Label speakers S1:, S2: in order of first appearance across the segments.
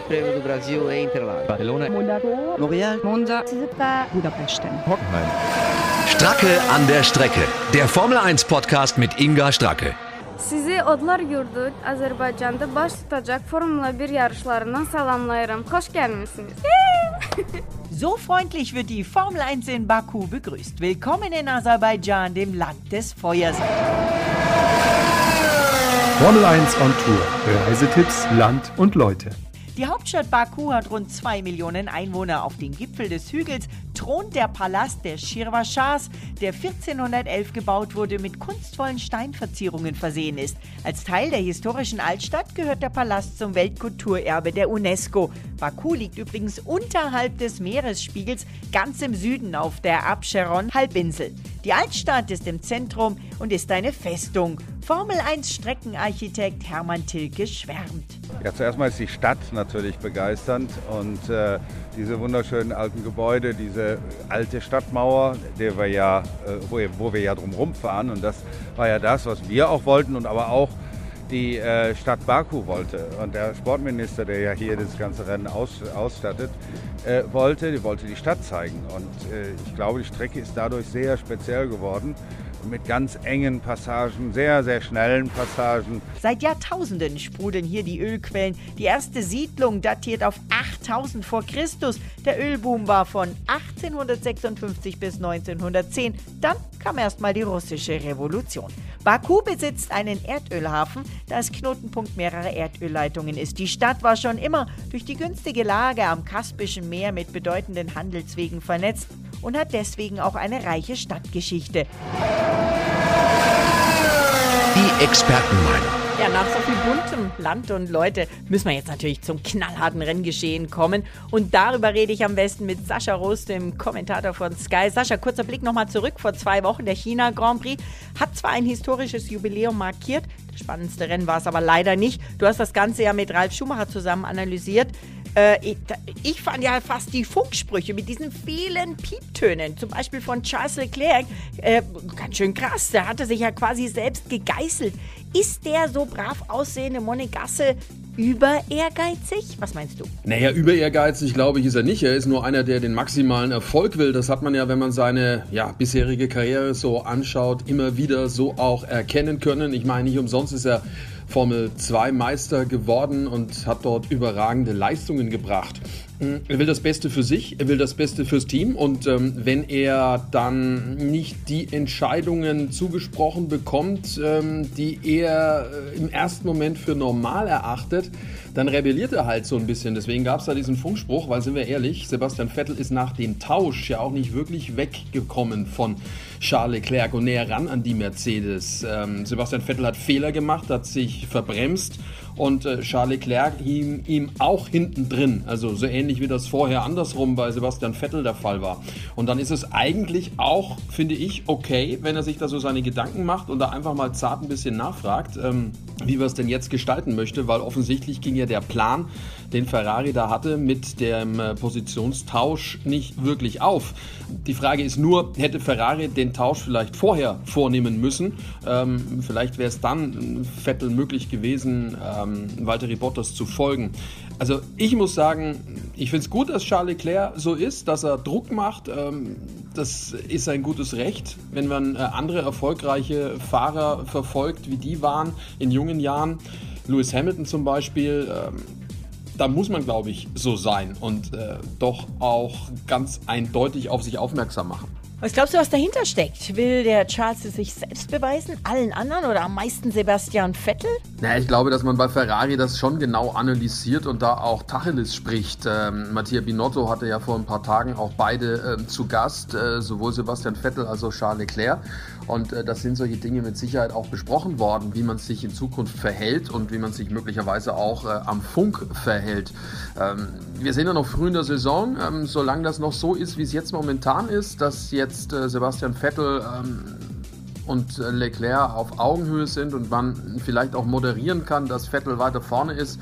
S1: Prêmio do Brasil em Interlagos.
S2: Barcelona,
S3: Monaco,
S4: L'Oréal,
S3: Monza, Budapest.
S2: Hockenheim.
S5: Stracke an der Strecke. Der Formel 1 Podcast mit Inga Stracke.
S6: Sizi Odlar Yurdu, Azerbaycan'da baş tutacak Formula 1 yarışlarından salamlayırım. Hoş gelmişsiniz.
S7: So freundlich wird die Formel 1 in Baku begrüßt. Willkommen in Aserbaidschan, dem Land des Feuers.
S8: Formel 1 on Tour. Reisetipps, Land und Leute.
S7: Die Hauptstadt Baku hat rund 2 Millionen Einwohner. Auf dem Gipfel des Hügels thront der Palast der Shirvashahs, der 1411 gebaut wurde, mit kunstvollen Steinverzierungen versehen ist. Als Teil der historischen Altstadt gehört der Palast zum Weltkulturerbe der UNESCO. Baku liegt übrigens unterhalb des Meeresspiegels, ganz im Süden auf der Absheron-Halbinsel. Die Altstadt ist im Zentrum und ist eine Festung. Formel-1-Streckenarchitekt Hermann Tilke schwärmt.
S9: Ja, zuerst mal ist die Stadt natürlich begeisternd und diese wunderschönen alten Gebäude, diese alte Stadtmauer, wo wir ja drumherum fahren, und das war ja das, was wir auch wollten und aber auch die Stadt Baku wollte. Und der Sportminister, der ja hier das ganze Rennen ausstattet, wollte die Stadt zeigen. Und ich glaube, die Strecke ist dadurch sehr speziell geworden. Mit ganz engen Passagen, sehr, sehr schnellen Passagen.
S7: Seit Jahrtausenden sprudeln hier die Ölquellen. Die erste Siedlung datiert auf 8000 vor Christus. Der Ölboom war von 1856 bis 1910. Dann kam erstmal die russische Revolution. Baku besitzt einen Erdölhafen, da es Knotenpunkt mehrerer Erdölleitungen ist. Die Stadt war schon immer durch die günstige Lage am Kaspischen Meer mit bedeutenden Handelswegen vernetzt und hat deswegen auch eine reiche Stadtgeschichte.
S5: Die Expertenmeinung.
S7: Ja, nach so viel buntem Land und Leute müssen wir jetzt natürlich zum knallharten Renngeschehen kommen. Und darüber rede ich am besten mit Sascha Roos, dem Kommentator von Sky. Sascha, kurzer Blick nochmal zurück. Vor 2 Wochen der China Grand Prix hat zwar ein historisches Jubiläum markiert, das spannendste Rennen war es aber leider nicht. Du hast das Ganze ja mit Ralf Schumacher zusammen analysiert. Ich fand ja fast die Funksprüche mit diesen vielen Pieptönen, zum Beispiel von Charles Leclerc, ganz schön krass. Der hatte sich ja quasi selbst gegeißelt. Ist der so brav aussehende Monegasse über ehrgeizig? Was meinst du?
S10: Naja, über ehrgeizig glaube ich ist er nicht. Er ist nur einer, der den maximalen Erfolg will. Das hat man ja, wenn man seine bisherige Karriere so anschaut, immer wieder so auch erkennen können. Ich meine, nicht umsonst ist er Formel 2 Meister geworden und hat dort überragende Leistungen gebracht. Er will das Beste für sich, er will das Beste fürs Team, und wenn er dann nicht die Entscheidungen zugesprochen bekommt, die er im ersten Moment für normal erachtet, dann rebelliert er halt so ein bisschen. Deswegen gab es da diesen Funkspruch, weil, sind wir ehrlich, Sebastian Vettel ist nach dem Tausch ja auch nicht wirklich weggekommen von Charles Leclerc und näher ran an die Mercedes. Sebastian Vettel hat Fehler gemacht, hat sich verbremst, und Charles Leclerc ihm auch hinten drin, also so ähnlich wie das vorher andersrum bei Sebastian Vettel der Fall war. Und dann ist es eigentlich auch, finde ich, okay, wenn er sich da so seine Gedanken macht und da einfach mal zart ein bisschen nachfragt, wie wir es denn jetzt gestalten möchte, weil offensichtlich ging ja der Plan, den Ferrari da hatte, mit dem Positionstausch nicht wirklich auf. Die Frage ist nur, hätte Ferrari den Tausch vielleicht vorher vornehmen müssen? Vielleicht wäre es dann Vettel möglich gewesen, Valtteri Bottas zu folgen. Also ich muss sagen, ich finde es gut, dass Charles Leclerc so ist, dass er Druck macht. Das ist ein gutes Recht, wenn man andere erfolgreiche Fahrer verfolgt, wie die waren in jungen Jahren. Lewis Hamilton zum Beispiel. Da muss man, glaube ich, so sein und doch auch ganz eindeutig auf sich aufmerksam machen.
S7: Was glaubst du, was dahinter steckt? Will der Charles sich selbst beweisen, allen anderen, oder am meisten Sebastian Vettel?
S10: Naja, ich glaube, dass man bei Ferrari das schon genau analysiert und da auch Tacheles spricht. Mattia Binotto hatte ja vor ein paar Tagen auch beide zu Gast, sowohl Sebastian Vettel als auch Charles Leclerc. Und das sind solche Dinge mit Sicherheit auch besprochen worden, wie man sich in Zukunft verhält und wie man sich möglicherweise auch am Funk verhält. Wir sind ja noch früh in der Saison, solange das noch so ist, wie es jetzt momentan ist, dass jetzt Sebastian Vettel und Leclerc auf Augenhöhe sind und man vielleicht auch moderieren kann, dass Vettel weiter vorne ist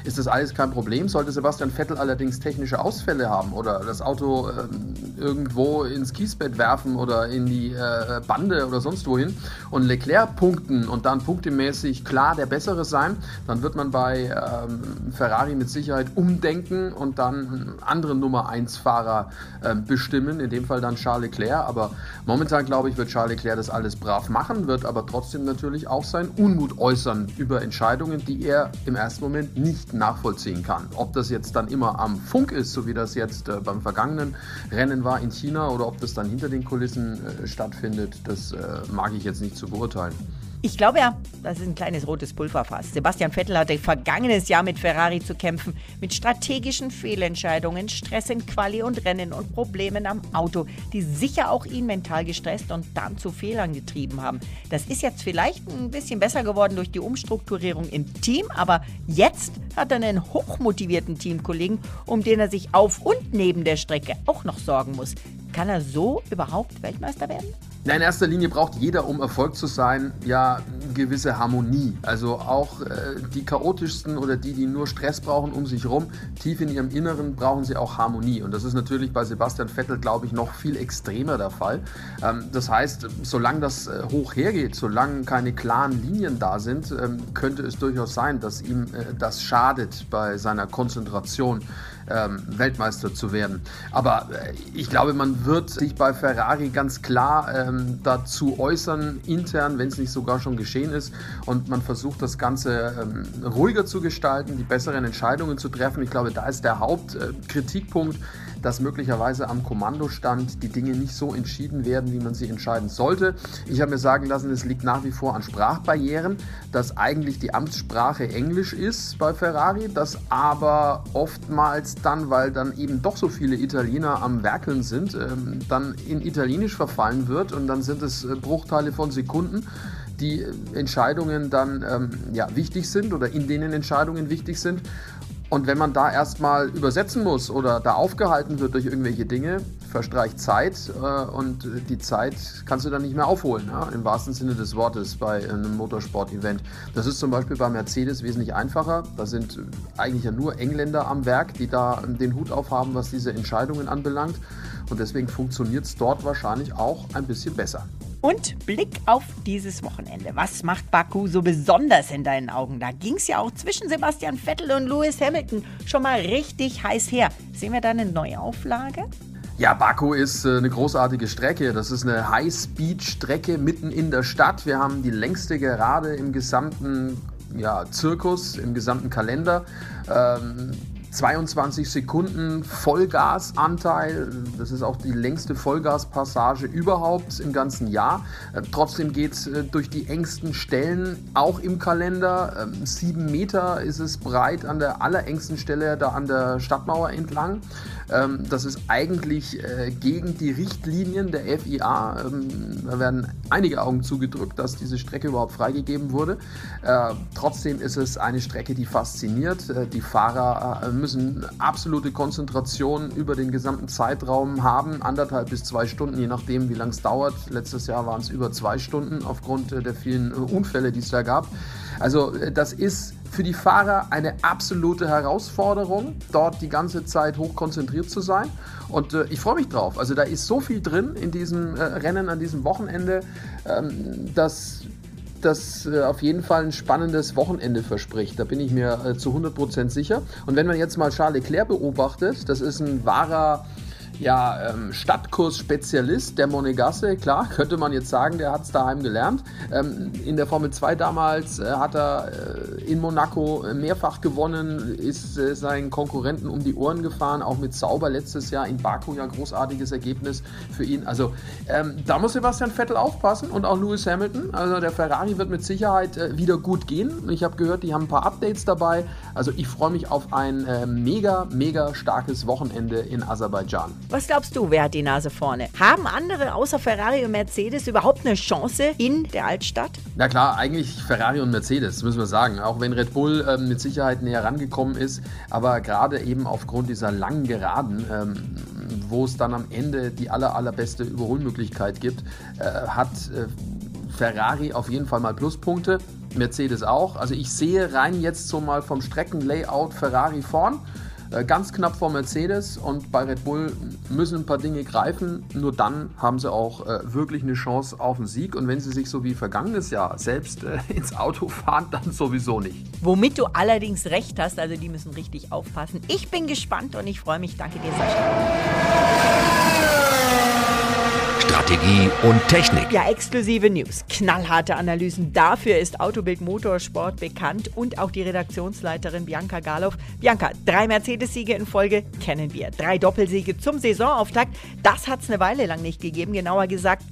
S10: ist das alles kein Problem. Sollte Sebastian Vettel allerdings technische Ausfälle haben oder das Auto irgendwo ins Kiesbett werfen oder in die Bande oder sonst wohin und Leclerc punkten und dann punktemäßig klar der Bessere sein, dann wird man bei Ferrari mit Sicherheit umdenken und dann einen anderen Nummer 1 Fahrer bestimmen, in dem Fall dann Charles Leclerc, aber momentan glaube ich, wird Charles Leclerc das alles brav machen, wird aber trotzdem natürlich auch seinen Unmut äußern über Entscheidungen, die er im ersten Moment nicht nachvollziehen kann. Ob das jetzt dann immer am Funk ist, so wie das jetzt beim vergangenen Rennen war in China oder ob das dann hinter den Kulissen stattfindet, das mag ich jetzt nicht zu beurteilen.
S7: Ich glaube ja, das ist ein kleines rotes Pulverfass. Sebastian Vettel hatte vergangenes Jahr mit Ferrari zu kämpfen, mit strategischen Fehlentscheidungen, Stress in Quali und Rennen und Problemen am Auto, die sicher auch ihn mental gestresst und dann zu Fehlern getrieben haben. Das ist jetzt vielleicht ein bisschen besser geworden durch die Umstrukturierung im Team, aber jetzt hat er einen hochmotivierten Teamkollegen, um den er sich auf und neben der Strecke auch noch sorgen muss. Kann er so überhaupt Weltmeister werden?
S10: In erster Linie braucht jeder, um Erfolg zu sein, ja eine gewisse Harmonie. Also auch die chaotischsten oder die nur Stress brauchen um sich rum, tief in ihrem Inneren brauchen sie auch Harmonie. Und das ist natürlich bei Sebastian Vettel, glaube ich, noch viel extremer der Fall. Das heißt, solange das hoch hergeht, solange keine klaren Linien da sind, könnte es durchaus sein, dass ihm das schadet bei seiner Konzentration, Weltmeister zu werden. Aber ich glaube, man wird sich bei Ferrari ganz klar dazu äußern, intern, wenn es nicht sogar schon geschehen ist. Und man versucht, das Ganze ruhiger zu gestalten, die besseren Entscheidungen zu treffen. Ich glaube, da ist der Hauptkritikpunkt, dass möglicherweise am Kommandostand die Dinge nicht so entschieden werden, wie man sie entscheiden sollte. Ich habe mir sagen lassen, es liegt nach wie vor an Sprachbarrieren, dass eigentlich die Amtssprache Englisch ist bei Ferrari, dass aber oftmals dann, weil dann eben doch so viele Italiener am Werkeln sind, dann in Italienisch verfallen wird und dann sind es Bruchteile von Sekunden, die Entscheidungen dann wichtig sind oder in denen Entscheidungen wichtig sind. Und wenn man da erstmal übersetzen muss oder da aufgehalten wird durch irgendwelche Dinge, verstreicht Zeit und die Zeit kannst du dann nicht mehr aufholen, ja, im wahrsten Sinne des Wortes bei einem Motorsport-Event. Das ist zum Beispiel bei Mercedes wesentlich einfacher. Da sind eigentlich ja nur Engländer am Werk, die da den Hut aufhaben, was diese Entscheidungen anbelangt. Und deswegen funktioniert es dort wahrscheinlich auch ein bisschen besser.
S7: Und Blick auf dieses Wochenende. Was macht Baku so besonders in deinen Augen? Da ging es ja auch zwischen Sebastian Vettel und Lewis Hamilton schon mal richtig heiß her. Sehen wir da eine Neuauflage?
S10: Ja, Baku ist eine großartige Strecke. Das ist eine High-Speed-Strecke mitten in der Stadt. Wir haben die längste Gerade im gesamten Zirkus, im gesamten Kalender. 22 Sekunden Vollgasanteil, das ist auch die längste Vollgaspassage überhaupt im ganzen Jahr. Trotzdem geht es durch die engsten Stellen, auch im Kalender. 7 Meter ist es breit an der allerengsten Stelle, da an der Stadtmauer entlang. Das ist eigentlich gegen die Richtlinien der FIA. Da werden einige Augen zugedrückt, dass diese Strecke überhaupt freigegeben wurde. Trotzdem ist es eine Strecke, die fasziniert. Die Fahrer müssen absolute Konzentration über den gesamten Zeitraum haben, 1,5 bis 2 Stunden, je nachdem, wie lange es dauert. Letztes Jahr waren es über 2 Stunden aufgrund der vielen Unfälle, die es da gab. Also das ist für die Fahrer eine absolute Herausforderung, dort die ganze Zeit hoch konzentriert zu sein. Und ich freue mich drauf. Also da ist so viel drin in diesem Rennen an diesem Wochenende, dass das auf jeden Fall ein spannendes Wochenende verspricht. Da bin ich mir zu 100% sicher. Und wenn man jetzt mal Charles Leclerc beobachtet, das ist ein wahrer Stadtkurs-Spezialist der Monegasse, klar, könnte man jetzt sagen, der hat es daheim gelernt. In der Formel 2 damals hat er in Monaco mehrfach gewonnen, ist seinen Konkurrenten um die Ohren gefahren, auch mit Sauber letztes Jahr in Baku, ja großartiges Ergebnis für ihn. Also da muss Sebastian Vettel aufpassen und auch Lewis Hamilton. Also der Ferrari wird mit Sicherheit wieder gut gehen. Ich habe gehört, die haben ein paar Updates dabei. Also ich freue mich auf ein mega starkes Wochenende in Aserbaidschan.
S7: Was glaubst du, wer hat die Nase vorne? Haben andere außer Ferrari und Mercedes überhaupt eine Chance in der Altstadt?
S10: Na klar, eigentlich Ferrari und Mercedes, müssen wir sagen. Auch wenn Red Bull mit Sicherheit näher rangekommen ist. Aber gerade eben aufgrund dieser langen Geraden, wo es dann am Ende die allerbeste Überholmöglichkeit gibt, hat Ferrari auf jeden Fall mal Pluspunkte. Mercedes auch. Also ich sehe rein jetzt so mal vom Streckenlayout Ferrari vorn, ganz knapp vor Mercedes, und bei Red Bull müssen ein paar Dinge greifen. Nur dann haben sie auch wirklich eine Chance auf einen Sieg. Und wenn sie sich so wie vergangenes Jahr selbst ins Auto fahren, dann sowieso nicht.
S7: Womit du allerdings recht hast, also die müssen richtig aufpassen. Ich bin gespannt und ich freue mich. Danke dir, Sascha.
S5: Strategie und Technik.
S7: Ja, exklusive News, knallharte Analysen. Dafür ist Autobild Motorsport bekannt und auch die Redaktionsleiterin Bianca Garloff. Bianca, 3 Mercedes-Siege in Folge kennen wir. 3 Doppelsiege zum Saisonauftakt. Das hat es eine Weile lang nicht gegeben. Genauer gesagt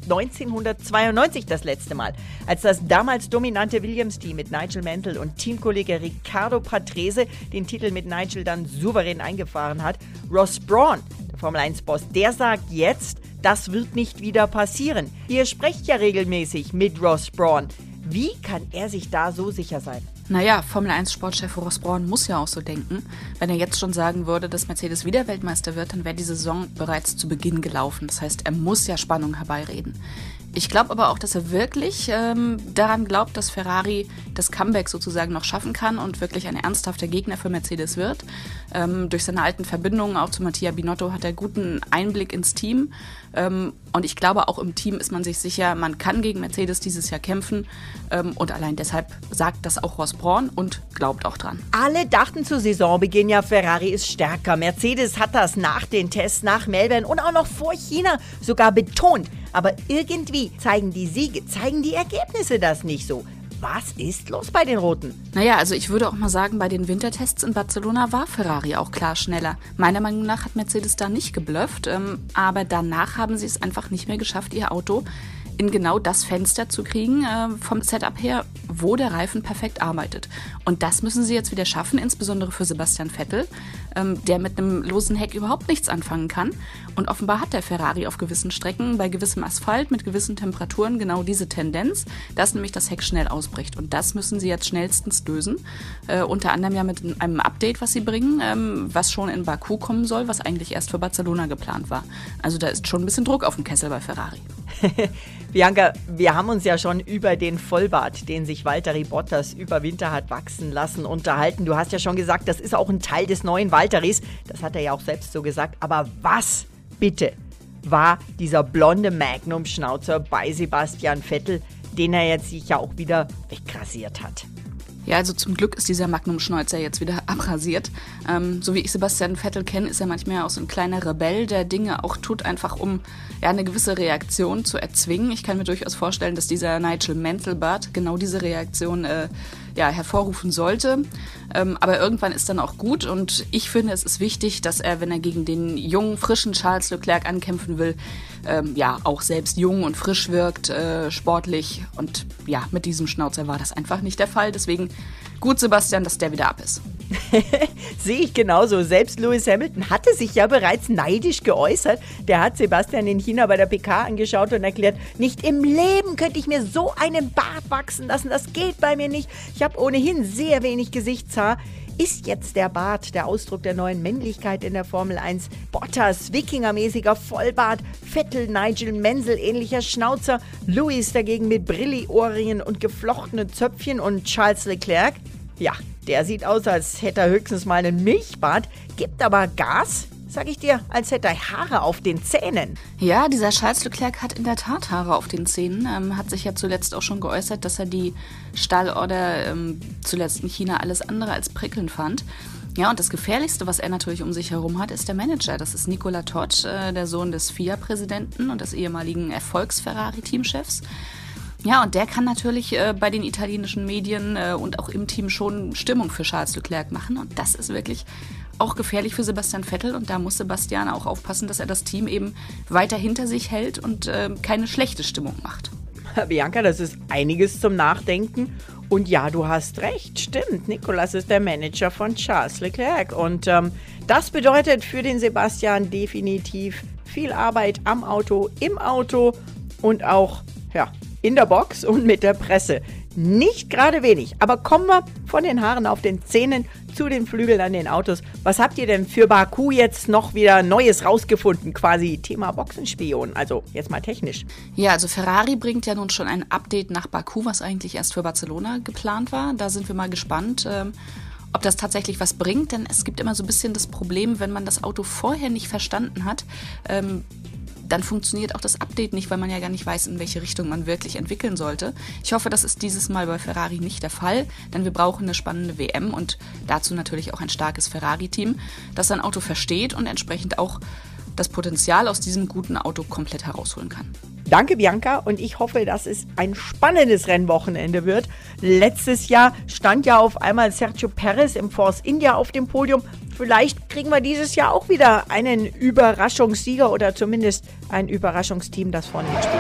S7: 1992 das letzte Mal. Als das damals dominante Williams-Team mit Nigel Mansell und Teamkollege Riccardo Patrese den Titel mit Nigel dann souverän eingefahren hat. Ross Brawn, der Formel-1-Boss, der sagt jetzt, das wird nicht wieder passieren. Ihr sprecht ja regelmäßig mit Ross Brawn. Wie kann er sich da so sicher sein?
S2: Naja, Formel-1-Sportchef Ross Brawn muss ja auch so denken. Wenn er jetzt schon sagen würde, dass Mercedes wieder Weltmeister wird, dann wäre die Saison bereits zu Beginn gelaufen. Das heißt, er muss ja Spannung herbeireden. Ich glaube aber auch, dass er wirklich daran glaubt, dass Ferrari das Comeback sozusagen noch schaffen kann und wirklich ein ernsthafter Gegner für Mercedes wird. Durch seine alten Verbindungen auch zu Mattia Binotto hat er guten Einblick ins Team. Und ich glaube, auch im Team ist man sich sicher, man kann gegen Mercedes dieses Jahr kämpfen. Und allein deshalb sagt das auch Ross Brawn und glaubt auch dran.
S7: Alle dachten zu Saisonbeginn ja, Ferrari ist stärker. Mercedes hat das nach den Tests nach Melbourne und auch noch vor China sogar betont. Aber irgendwie zeigen die Siege, zeigen die Ergebnisse das nicht so. Was ist los bei den Roten?
S2: Naja, also ich würde auch mal sagen, bei den Wintertests in Barcelona war Ferrari auch klar schneller. Meiner Meinung nach hat Mercedes da nicht geblufft, aber danach haben sie es einfach nicht mehr geschafft, ihr Auto in genau das Fenster zu kriegen, vom Setup her, wo der Reifen perfekt arbeitet. Und das müssen sie jetzt wieder schaffen, insbesondere für Sebastian Vettel, der mit einem losen Heck überhaupt nichts anfangen kann. Und offenbar hat der Ferrari auf gewissen Strecken, bei gewissem Asphalt, mit gewissen Temperaturen genau diese Tendenz, dass nämlich das Heck schnell ausbricht. Und das müssen sie jetzt schnellstens lösen. Unter anderem ja mit einem Update, was sie bringen, was schon in Baku kommen soll, was eigentlich erst für Barcelona geplant war. Also da ist schon ein bisschen Druck auf dem Kessel bei Ferrari.
S7: Bianca, wir haben uns ja schon über den Vollbart, den sich Valtteri Bottas über Winter hat wachsen lassen, unterhalten. Du hast ja schon gesagt, das ist auch ein Teil des neuen Valtteris. Das hat er ja auch selbst so gesagt. Aber was, bitte, war dieser blonde Magnum-Schnauzer bei Sebastian Vettel, den er jetzt sich ja auch wieder wegrasiert hat?
S2: Ja, also zum Glück ist dieser Magnum-Schnäuzer jetzt wieder abrasiert. So wie ich Sebastian Vettel kenne, ist er manchmal auch so ein kleiner Rebell, der Dinge auch tut, einfach um eine gewisse Reaktion zu erzwingen. Ich kann mir durchaus vorstellen, dass dieser Nigel Mansell-Bart genau diese Reaktion hervorrufen sollte. Aber irgendwann ist dann auch gut und ich finde, es ist wichtig, dass er, wenn er gegen den jungen, frischen Charles Leclerc ankämpfen will, auch selbst jung und frisch wirkt, sportlich, und ja, mit diesem Schnauzer war das einfach nicht der Fall. Deswegen gut, Sebastian, dass der wieder ab ist.
S7: Sehe ich genauso. Selbst Lewis Hamilton hatte sich ja bereits neidisch geäußert. Der hat Sebastian in China bei der PK angeschaut und erklärt, nicht im Leben könnte ich mir so einen Bart wachsen lassen. Das geht bei mir nicht. Ich habe ohnehin sehr wenig Gesichtshaar. Ist jetzt der Bart der Ausdruck der neuen Männlichkeit in der Formel 1? Bottas, Wikingermäßiger Vollbart, Vettel, Nigel Mansell ähnlicher Schnauzer, Lewis dagegen mit Brilli-Ohrringen und geflochtenen Zöpfchen und Charles Leclerc? Ja, der sieht aus, als hätte er höchstens mal einen Milchbart, gibt aber Gas, sag ich dir, als hätte er Haare auf den Zähnen.
S2: Ja, dieser Charles Leclerc hat in der Tat Haare auf den Zähnen, hat sich ja zuletzt auch schon geäußert, dass er die Stallorder zuletzt in China alles andere als prickelnd fand. Ja, und das Gefährlichste, was er natürlich um sich herum hat, ist der Manager. Das ist Nicolas Todt, der Sohn des FIA-Präsidenten und des ehemaligen Erfolgs-Ferrari-Teamchefs. Ja, und der kann natürlich bei den italienischen Medien und auch im Team schon Stimmung für Charles Leclerc machen. Und das ist wirklich auch gefährlich für Sebastian Vettel. Und da muss Sebastian auch aufpassen, dass er das Team eben weiter hinter sich hält und keine schlechte Stimmung macht.
S7: Bianca, das ist einiges zum Nachdenken. Und ja, du hast recht, stimmt. Nicolas ist der Manager von Charles Leclerc. Und das bedeutet für den Sebastian definitiv viel Arbeit am Auto, im Auto und auch, in der Box und mit der Presse. nicht gerade wenig. Aber kommen wir von den Haaren auf den Zähnen zu den Flügeln an den Autos. Was habt ihr denn für Baku jetzt noch wieder Neues rausgefunden? Quasi Thema Boxenspion, also jetzt mal technisch.
S2: Ja, also Ferrari bringt ja nun schon ein Update nach Baku, was eigentlich erst für Barcelona geplant war. Da sind wir mal gespannt, ob das tatsächlich was bringt, denn es gibt immer so ein bisschen das Problem, wenn man das Auto vorher nicht verstanden hat, dann funktioniert auch das Update nicht, weil man ja gar nicht weiß, in welche Richtung man wirklich entwickeln sollte. Ich hoffe, das ist dieses Mal bei Ferrari nicht der Fall, denn wir brauchen eine spannende WM und dazu natürlich auch ein starkes Ferrari-Team, das sein Auto versteht und entsprechend auch das Potenzial aus diesem guten Auto komplett herausholen kann.
S7: Danke, Bianca, und ich hoffe, dass es ein spannendes Rennwochenende wird. Letztes Jahr stand ja auf einmal Sergio Perez im Force India auf dem Podium. Vielleicht kriegen wir dieses Jahr auch wieder einen Überraschungssieger oder zumindest ein Überraschungsteam, das vorne steht.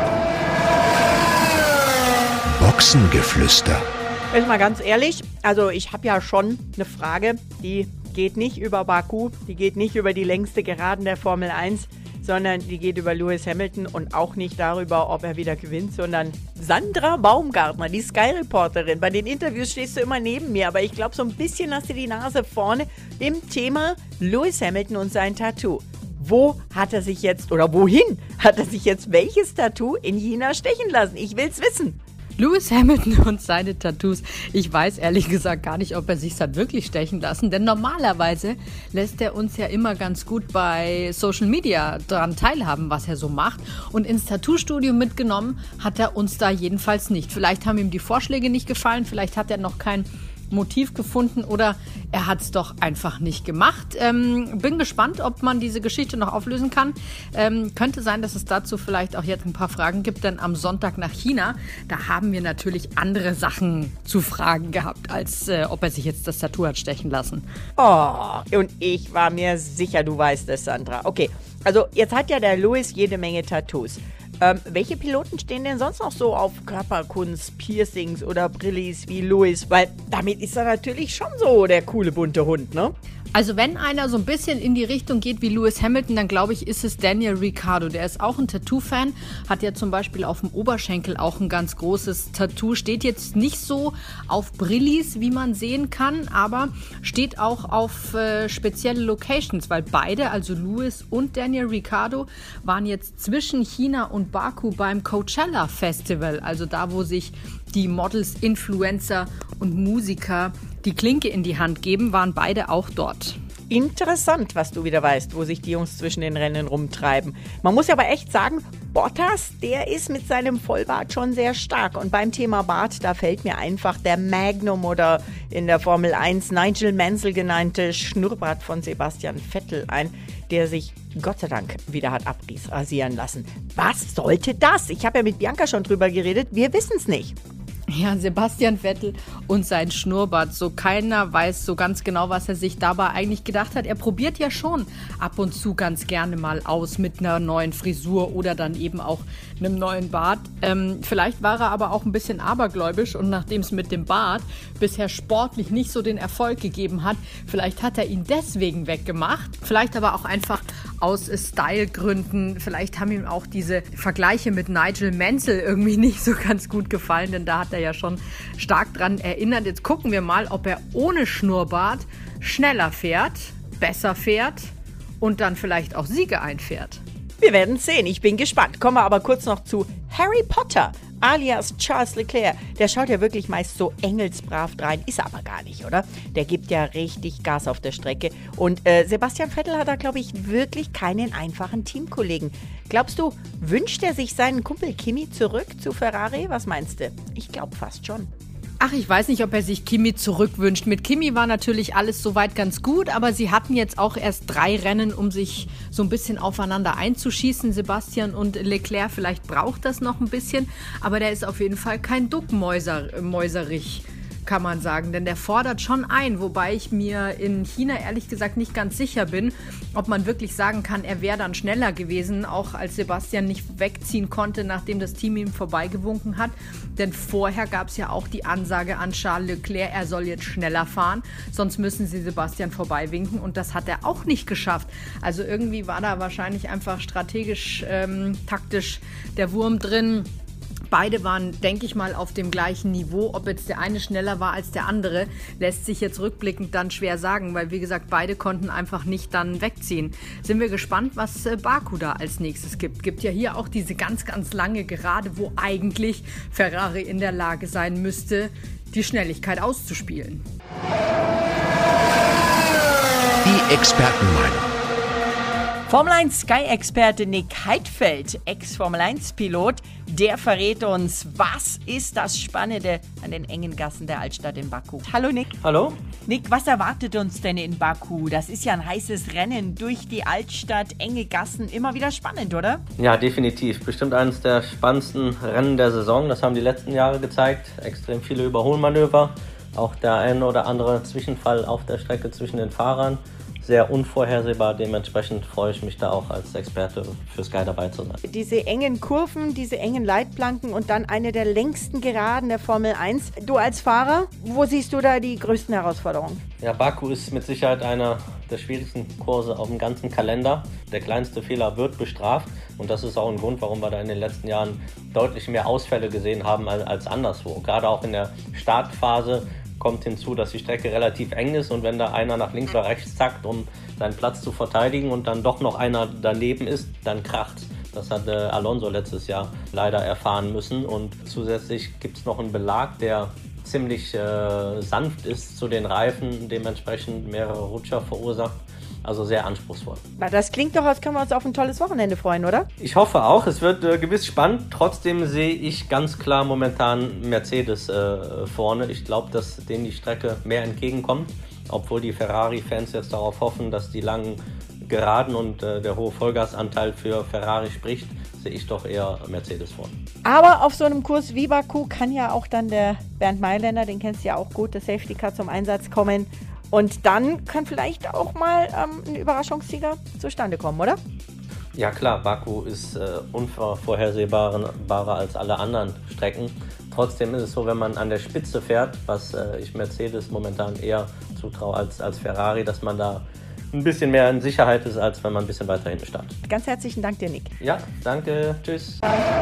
S5: Boxengeflüster.
S7: Jetzt mal ganz ehrlich, also ich habe ja schon eine Frage, die geht nicht über Baku, die geht nicht über die längste Geraden der Formel 1, sondern die geht über Lewis Hamilton und auch nicht darüber, ob er wieder gewinnt, sondern Sandra Baumgartner, die Sky-Reporterin. Bei den Interviews stehst du immer neben mir, aber ich glaube, so ein bisschen hast du die Nase vorne im Thema Lewis Hamilton und sein Tattoo. Wo hat er sich jetzt, oder wohin hat er sich jetzt welches Tattoo in China stechen lassen? Ich will's wissen.
S4: Lewis Hamilton und seine Tattoos. Ich weiß ehrlich gesagt gar nicht, ob er sich hat wirklich stechen lassen, denn normalerweise lässt er uns ja immer ganz gut bei Social Media daran teilhaben, was er so macht. Und ins Tattoo-Studio mitgenommen hat er uns da jedenfalls nicht. Vielleicht haben ihm die Vorschläge nicht gefallen, vielleicht hat er noch kein Motiv gefunden oder er hat es doch einfach nicht gemacht. Bin gespannt, ob man diese Geschichte noch auflösen kann. Könnte sein, dass es dazu vielleicht auch jetzt ein paar Fragen gibt, denn am Sonntag nach China, da haben wir natürlich andere Sachen zu fragen gehabt, als ob er sich jetzt das Tattoo hat stechen lassen.
S7: Oh, und ich war mir sicher, du weißt es, Sandra. Okay, also jetzt hat ja der Lewis jede Menge Tattoos. Welche Piloten stehen denn sonst noch so auf Körperkunst, Piercings oder Brillis wie Lewis? Weil damit ist er natürlich schon so der coole bunte Hund, ne?
S4: Also wenn einer so ein bisschen in die Richtung geht wie Lewis Hamilton, dann glaube ich, ist es Daniel Ricciardo. Der ist auch ein Tattoo-Fan, hat ja zum Beispiel auf dem Oberschenkel auch ein ganz großes Tattoo. Steht jetzt nicht so auf Brillis, wie man sehen kann, aber steht auch auf spezielle Locations, weil beide, also Lewis und Daniel Ricciardo, waren jetzt zwischen China und Baku beim Coachella Festival, also da, wo sich die Models, Influencer und Musiker die Klinke in die Hand geben, waren beide auch dort.
S7: Interessant, was du wieder weißt, wo sich die Jungs zwischen den Rennen rumtreiben. Man muss aber echt sagen, Bottas, der ist mit seinem Vollbart schon sehr stark. Und beim Thema Bart, da fällt mir einfach der Magnum oder in der Formel 1 Nigel Mansell genannte Schnurrbart von Sebastian Vettel ein, der sich Gott sei Dank wieder hat abrasieren lassen. Was sollte das? Ich habe ja mit Bianca schon drüber geredet, wir wissen es nicht.
S4: Ja, Sebastian Vettel und sein Schnurrbart. So keiner weiß so ganz genau, was er sich dabei eigentlich gedacht hat. Er probiert ja schon ab und zu ganz gerne mal aus mit einer neuen Frisur oder dann eben auch einem neuen Bart. Vielleicht war er aber auch ein bisschen abergläubisch und nachdem es mit dem Bart bisher sportlich nicht so den Erfolg gegeben hat, vielleicht hat er ihn deswegen weggemacht. Vielleicht aber auch einfach aus Stylegründen. Vielleicht haben ihm auch diese Vergleiche mit Nigel Mansell irgendwie nicht so ganz gut gefallen, denn da hat er ja schon stark dran erinnert. Jetzt gucken wir mal, ob er ohne Schnurrbart schneller fährt, besser fährt und dann vielleicht auch Siege einfährt.
S7: Wir werden sehen, ich bin gespannt. Kommen wir aber kurz noch zu Harry Potter, alias Charles Leclerc. Der schaut ja wirklich meist so engelsbrav rein, ist er aber gar nicht, oder? Der gibt ja richtig Gas auf der Strecke. Und Sebastian Vettel hat da, glaube ich, wirklich keinen einfachen Teamkollegen. Glaubst du, wünscht er sich seinen Kumpel Kimi zurück zu Ferrari? Was meinst du? Ich glaube fast schon.
S4: Ach, ich weiß nicht, ob er sich Kimi zurückwünscht. Mit Kimi war natürlich alles soweit ganz gut, aber sie hatten jetzt auch erst 3 Rennen, um sich so ein bisschen aufeinander einzuschießen. Sebastian und Leclerc, vielleicht braucht das noch ein bisschen, aber der ist auf jeden Fall kein Duckmäuserich, kann man sagen, denn der fordert schon ein, wobei ich mir in China ehrlich gesagt nicht ganz sicher bin, ob man wirklich sagen kann, er wäre dann schneller gewesen, auch als Sebastian nicht wegziehen konnte, nachdem das Team ihm vorbeigewunken hat, denn vorher gab es ja auch die Ansage an Charles Leclerc, er soll jetzt schneller fahren, sonst müssen sie Sebastian vorbeiwinken und das hat er auch nicht geschafft. Also irgendwie war da wahrscheinlich einfach strategisch, taktisch der Wurm drin. Beide waren, denke ich mal, auf dem gleichen Niveau. Ob jetzt der eine schneller war als der andere, lässt sich jetzt rückblickend dann schwer sagen, weil, wie gesagt, beide konnten einfach nicht dann wegziehen. Sind wir gespannt, was Baku da als nächstes gibt. Gibt ja hier auch diese ganz, ganz lange Gerade, wo eigentlich Ferrari in der Lage sein müsste, die Schnelligkeit auszuspielen.
S5: Die Expertenmeinung.
S7: Formel 1 Sky-Experte Nick Heidfeld, Ex-Formel-1-Pilot, der verrät uns, was ist das Spannende an den engen Gassen der Altstadt in Baku. Hallo Nick.
S11: Hallo.
S7: Nick, was erwartet uns denn in Baku? Das ist ja ein heißes Rennen durch die Altstadt, enge Gassen, immer wieder spannend, oder?
S11: Ja, definitiv. Bestimmt eines der spannendsten Rennen der Saison. Das haben die letzten Jahre gezeigt. Extrem viele Überholmanöver. Auch der ein oder andere Zwischenfall auf der Strecke zwischen den Fahrern. Sehr unvorhersehbar, dementsprechend freue ich mich da auch als Experte für Sky dabei zu sein.
S7: Diese engen Kurven, diese engen Leitplanken und dann eine der längsten Geraden der Formel 1. Du als Fahrer, wo siehst du da die größten Herausforderungen?
S11: Ja, Baku ist mit Sicherheit einer der schwierigsten Kurse auf dem ganzen Kalender. Der kleinste Fehler wird bestraft und das ist auch ein Grund, warum wir da in den letzten Jahren deutlich mehr Ausfälle gesehen haben als anderswo. Gerade auch in der Startphase kommt hinzu, dass die Strecke relativ eng ist und wenn da einer nach links oder rechts zackt, um seinen Platz zu verteidigen und dann doch noch einer daneben ist, dann kracht's. Das hat Alonso letztes Jahr leider erfahren müssen und zusätzlich gibt es noch einen Belag, der ziemlich sanft ist zu den Reifen, dementsprechend mehrere Rutscher verursacht. Also sehr anspruchsvoll. Das klingt doch, als können wir uns auf ein tolles Wochenende freuen, oder? Ich hoffe auch. Es wird gewiss spannend. Trotzdem sehe ich ganz klar momentan Mercedes vorne. Ich glaube, dass denen die Strecke mehr entgegenkommt. Obwohl die Ferrari-Fans jetzt darauf hoffen, dass die langen Geraden und der hohe Vollgasanteil für Ferrari spricht, sehe ich doch eher Mercedes vorne. Aber auf so einem Kurs wie Baku kann ja auch dann der Bernd Mailänder, den kennst du ja auch gut, das Safety Car zum Einsatz kommen. Und dann kann vielleicht auch mal ein Überraschungssieger zustande kommen, oder? Ja klar, Baku ist unvorhersehbarer als alle anderen Strecken. Trotzdem ist es so, wenn man an der Spitze fährt, was ich Mercedes momentan eher zutraue als Ferrari, dass man da ein bisschen mehr in Sicherheit ist, als wenn man ein bisschen weiter hinten startet. Ganz herzlichen Dank dir, Nick. Ja, danke. Tschüss.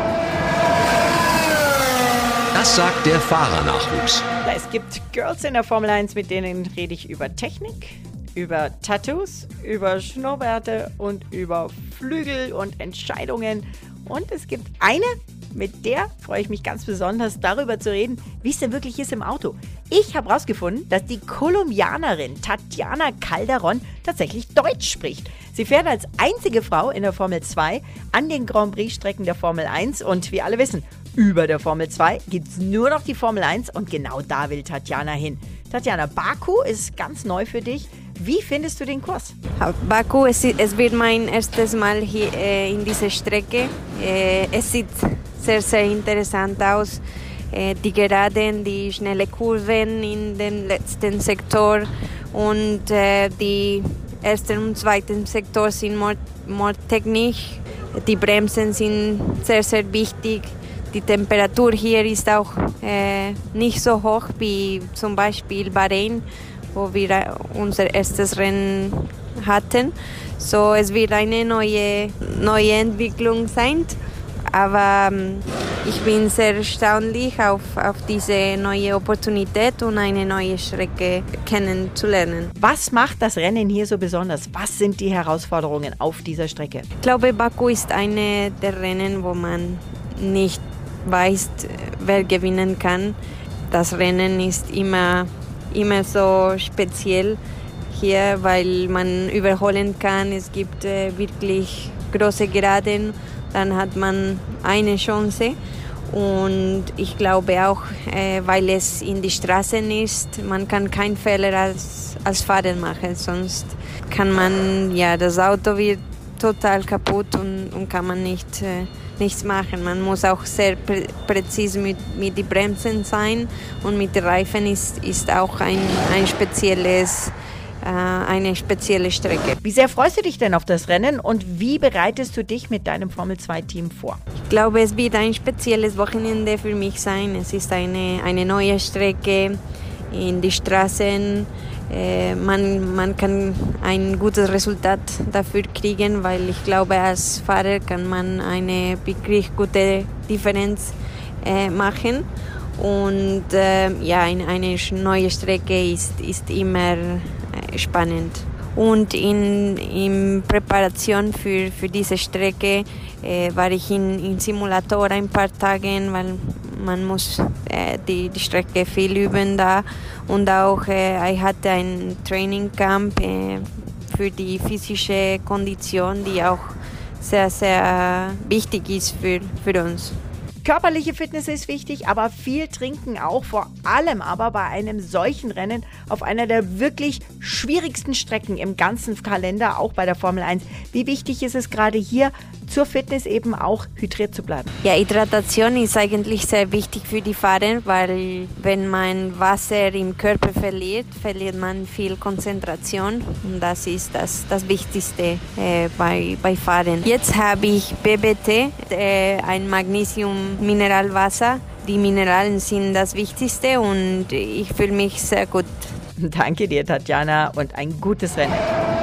S5: Das sagt der Fahrernachwuchs.
S7: Es gibt Girls in der Formel 1, mit denen rede ich über Technik, über Tattoos, über Schnurrbärte und über Flügel und Entscheidungen. Und es gibt eine, mit der freue ich mich ganz besonders, darüber zu reden, wie es denn wirklich ist im Auto. Ich habe herausgefunden, dass die Kolumbianerin Tatjana Calderón tatsächlich Deutsch spricht. Sie fährt als einzige Frau in der Formel 2 an den Grand Prix-Strecken der Formel 1 und wir alle wissen, über der Formel 2 gibt es nur noch die Formel 1 und genau da will Tatjana hin. Tatjana, Baku ist ganz neu für dich. Wie findest du den Kurs?
S6: Baku, es wird mein erstes Mal hier in dieser Strecke. Es sieht sehr, sehr interessant aus. Die Geraden, die schnellen Kurven in dem letzten Sektor und die ersten und zweiten Sektor sind more technisch. Die Bremsen sind sehr, sehr wichtig. Die Temperatur hier ist auch nicht so hoch wie zum Beispiel Bahrain, wo wir unser erstes Rennen hatten. So, es wird eine neue Entwicklung sein. Aber ich bin sehr erstaunlich auf diese neue Opportunität und eine neue Strecke kennenzulernen.
S7: Was macht das Rennen hier so besonders? Was sind die Herausforderungen auf dieser Strecke?
S6: Ich glaube, Baku ist eine der Rennen, wo man nicht weiß, wer gewinnen kann. Das Rennen ist immer so speziell hier, weil man überholen kann. Es gibt wirklich große Geraden, dann hat man eine Chance. Und ich glaube auch, weil es in die Straßen ist, man kann keinen Fehler als Fahrer machen, sonst kann man, das Auto wird total kaputt und kann man nichts machen. Man muss auch sehr präzise mit den Bremsen sein und mit den Reifen ist auch eine spezielle Strecke.
S7: Wie sehr freust du dich denn auf das Rennen und wie bereitest du dich mit deinem Formel-2-Team vor?
S6: Ich glaube, es wird ein spezielles Wochenende für mich sein. Es ist eine neue Strecke in die Straßen. Man kann ein gutes Resultat dafür kriegen, weil ich glaube, als Fahrer kann man eine wirklich gute Differenz machen. Und eine neue Strecke ist immer spannend. Und in Präparation für diese Strecke war ich in Simulator ein paar Tage, weil man muss die Strecke viel üben da. Und auch ich hatte ein Trainingcamp für die physische Kondition, die auch sehr, sehr wichtig ist für uns.
S7: Körperliche Fitness ist wichtig, aber viel trinken auch, vor allem aber bei einem solchen Rennen auf einer der wirklich schwierigsten Strecken im ganzen Kalender, auch bei der Formel 1. Wie wichtig ist es gerade hier zur Fitness eben auch hydriert zu bleiben?
S6: Ja, Hydratation ist eigentlich sehr wichtig für die Fahrer, weil wenn man Wasser im Körper verliert man viel Konzentration und das ist das Wichtigste bei Fahren. Jetzt habe ich BBT, ein Magnesium-Mineralwasser. Die Mineralien sind das Wichtigste und ich fühle mich sehr gut.
S7: Danke dir, Tatjana, und ein gutes Rennen.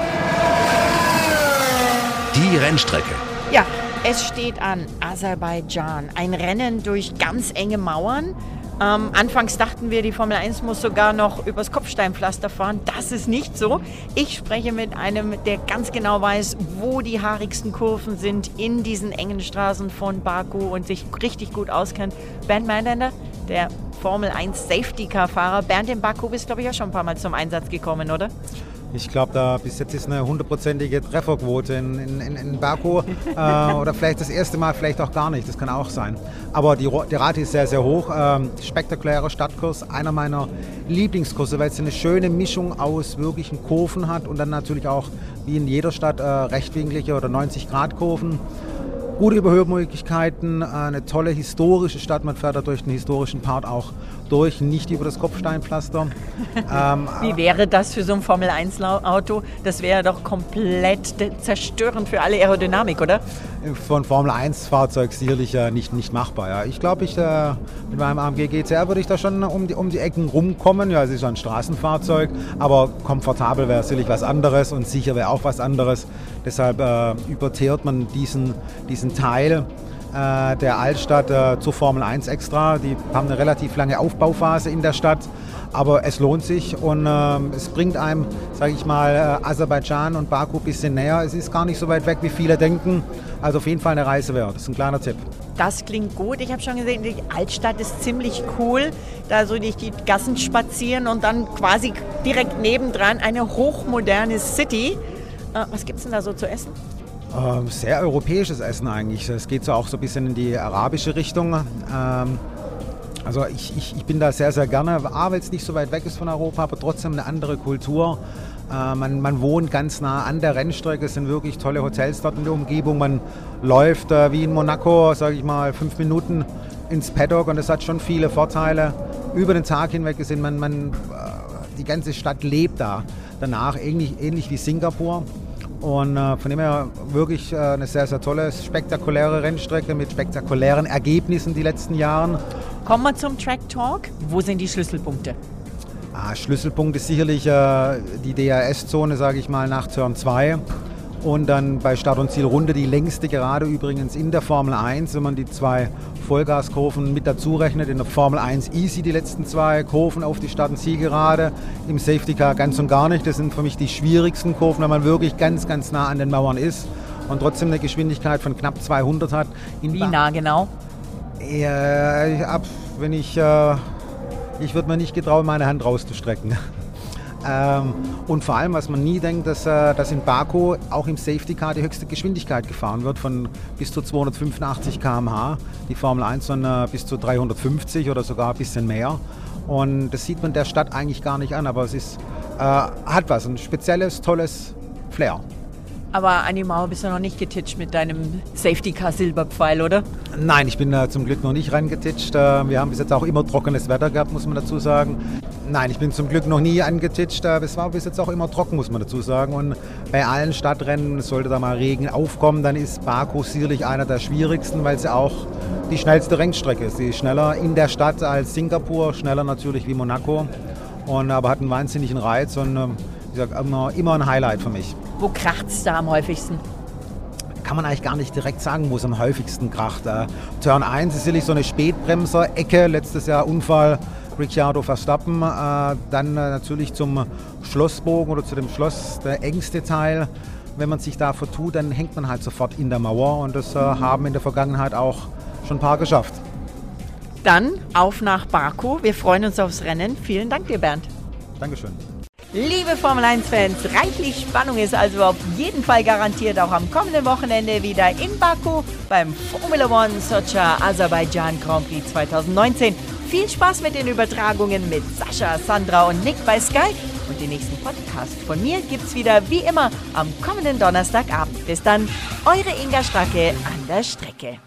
S5: Die Rennstrecke.
S7: Ja, es steht an, Aserbaidschan. Ein Rennen durch ganz enge Mauern. Anfangs dachten wir, die Formel 1 muss sogar noch übers Kopfsteinpflaster fahren. Das ist nicht so. Ich spreche mit einem, der ganz genau weiß, wo die haarigsten Kurven sind in diesen engen Straßen von Baku und sich richtig gut auskennt. Bernd Mailänder, der Formel 1 Safety-Car-Fahrer. Bernd, in Baku bist, glaube ich, auch schon ein paar Mal zum Einsatz gekommen, oder?
S12: Ich glaube, da bis jetzt ist eine 100%ige Trefferquote in Baku. Oder vielleicht das erste Mal, vielleicht auch gar nicht. Das kann auch sein. Aber die Rate ist sehr, sehr hoch. Spektakulärer Stadtkurs. Einer meiner Lieblingskurse, weil es eine schöne Mischung aus wirklichen Kurven hat und dann natürlich auch, wie in jeder Stadt, rechtwinklige oder 90-Grad-Kurven. Gute Überhörmöglichkeiten, eine tolle historische Stadt. Man fährt da durch den historischen Part auch durch, nicht über das Kopfsteinpflaster.
S7: Wie wäre das für so ein Formel-1-Auto? Das wäre doch komplett zerstörend für alle Aerodynamik, oder?
S12: Von Formel-1-Fahrzeug sicherlich nicht machbar. Ja. Ich glaube, mit meinem AMG GTR würde ich da schon um die Ecken rumkommen. Ja, es ist ein Straßenfahrzeug, aber komfortabel wäre sicherlich was anderes und sicher wäre auch was anderes. Deshalb überteert man diesen Teil der Altstadt zur Formel 1 extra. Die haben eine relativ lange Aufbauphase in der Stadt, aber es lohnt sich und es bringt einem, sage ich mal, Aserbaidschan und Baku ein bisschen näher. Es ist gar nicht so weit weg, wie viele denken. Also auf jeden Fall eine Reise wert. Das ist ein kleiner Tipp.
S7: Das klingt gut. Ich habe schon gesehen, die Altstadt ist ziemlich cool. Da so durch die Gassen spazieren und dann quasi direkt nebendran eine hochmoderne City. Was gibt es denn da so zu essen?
S12: Sehr europäisches Essen eigentlich. Es geht so auch so ein bisschen in die arabische Richtung. Also ich bin da sehr, sehr gerne, weil es nicht so weit weg ist von Europa, aber trotzdem eine andere Kultur. Man wohnt ganz nah an der Rennstrecke, es sind wirklich tolle Hotels dort in der Umgebung. Man läuft wie in Monaco, sage ich mal, 5 Minuten ins Paddock und das hat schon viele Vorteile. Über den Tag hinweg gesehen, die ganze Stadt lebt da danach, ähnlich wie Singapur. Und von dem her wirklich eine sehr, sehr tolle, spektakuläre Rennstrecke mit spektakulären Ergebnissen die letzten Jahren.
S7: Kommen wir zum Track Talk. Wo sind die Schlüsselpunkte?
S12: Schlüsselpunkt ist sicherlich die DRS-Zone, sage ich mal, nach Turn 2. Und dann bei Start- und Zielrunde die längste Gerade übrigens in der Formel 1, wenn man die 2 Vollgaskurven mit dazu rechnet. In der Formel 1 easy die letzten 2 Kurven auf die Start- und Zielgerade. Im Safety Car ganz und gar nicht. Das sind für mich die schwierigsten Kurven, wenn man wirklich ganz, ganz nah an den Mauern ist und trotzdem eine Geschwindigkeit von knapp 200 hat.
S7: Wie nah genau?
S12: Ja, ich würde mir nicht getrauen, meine Hand rauszustrecken. Und vor allem, was man nie denkt, dass in Baku auch im Safety Car die höchste Geschwindigkeit gefahren wird von bis zu 285 km/h. Die Formel 1 dann bis zu 350 oder sogar ein bisschen mehr. Und das sieht man der Stadt eigentlich gar nicht an, aber es hat was, ein spezielles, tolles Flair.
S7: Aber an die Mauer bist du noch nicht getitscht mit deinem Safety Car Silberpfeil, oder?
S12: Nein, ich bin zum Glück noch nicht rangetitscht. Wir haben bis jetzt auch immer trockenes Wetter gehabt, muss man dazu sagen. Nein, ich bin zum Glück noch nie angetitscht. Es war bis jetzt auch immer trocken, muss man dazu sagen. Und bei allen Stadtrennen, sollte da mal Regen aufkommen, dann ist Baku sicherlich einer der schwierigsten, weil sie auch die schnellste Rennstrecke ist. Sie ist schneller in der Stadt als Singapur, schneller natürlich wie Monaco. Aber hat einen wahnsinnigen Reiz und wie gesagt, immer ein Highlight für mich.
S7: Wo kracht es da am häufigsten?
S12: kann man eigentlich gar nicht direkt sagen, wo es am häufigsten kracht. Turn 1 ist sicherlich so eine Spätbremser-Ecke, letztes Jahr Unfall Ricciardo Verstappen, dann natürlich zum Schlossbogen oder zu dem Schloss, der engste Teil. Wenn man sich da vertut, dann hängt man halt sofort in der Mauer und das haben in der Vergangenheit auch schon ein paar geschafft.
S7: Dann auf nach Baku. Wir freuen uns aufs Rennen. Vielen Dank dir, Bernd.
S12: Dankeschön.
S7: Liebe Formel-1-Fans, reichlich Spannung ist also auf jeden Fall garantiert auch am kommenden Wochenende wieder in Baku beim Formula One Sochi Aserbaidschan Grand Prix 2019. Viel Spaß mit den Übertragungen mit Sascha, Sandra und Nick bei Sky. Und den nächsten Podcast von mir gibt's wieder wie immer am kommenden Donnerstagabend. Bis dann, eure Inga Stracke an der Strecke.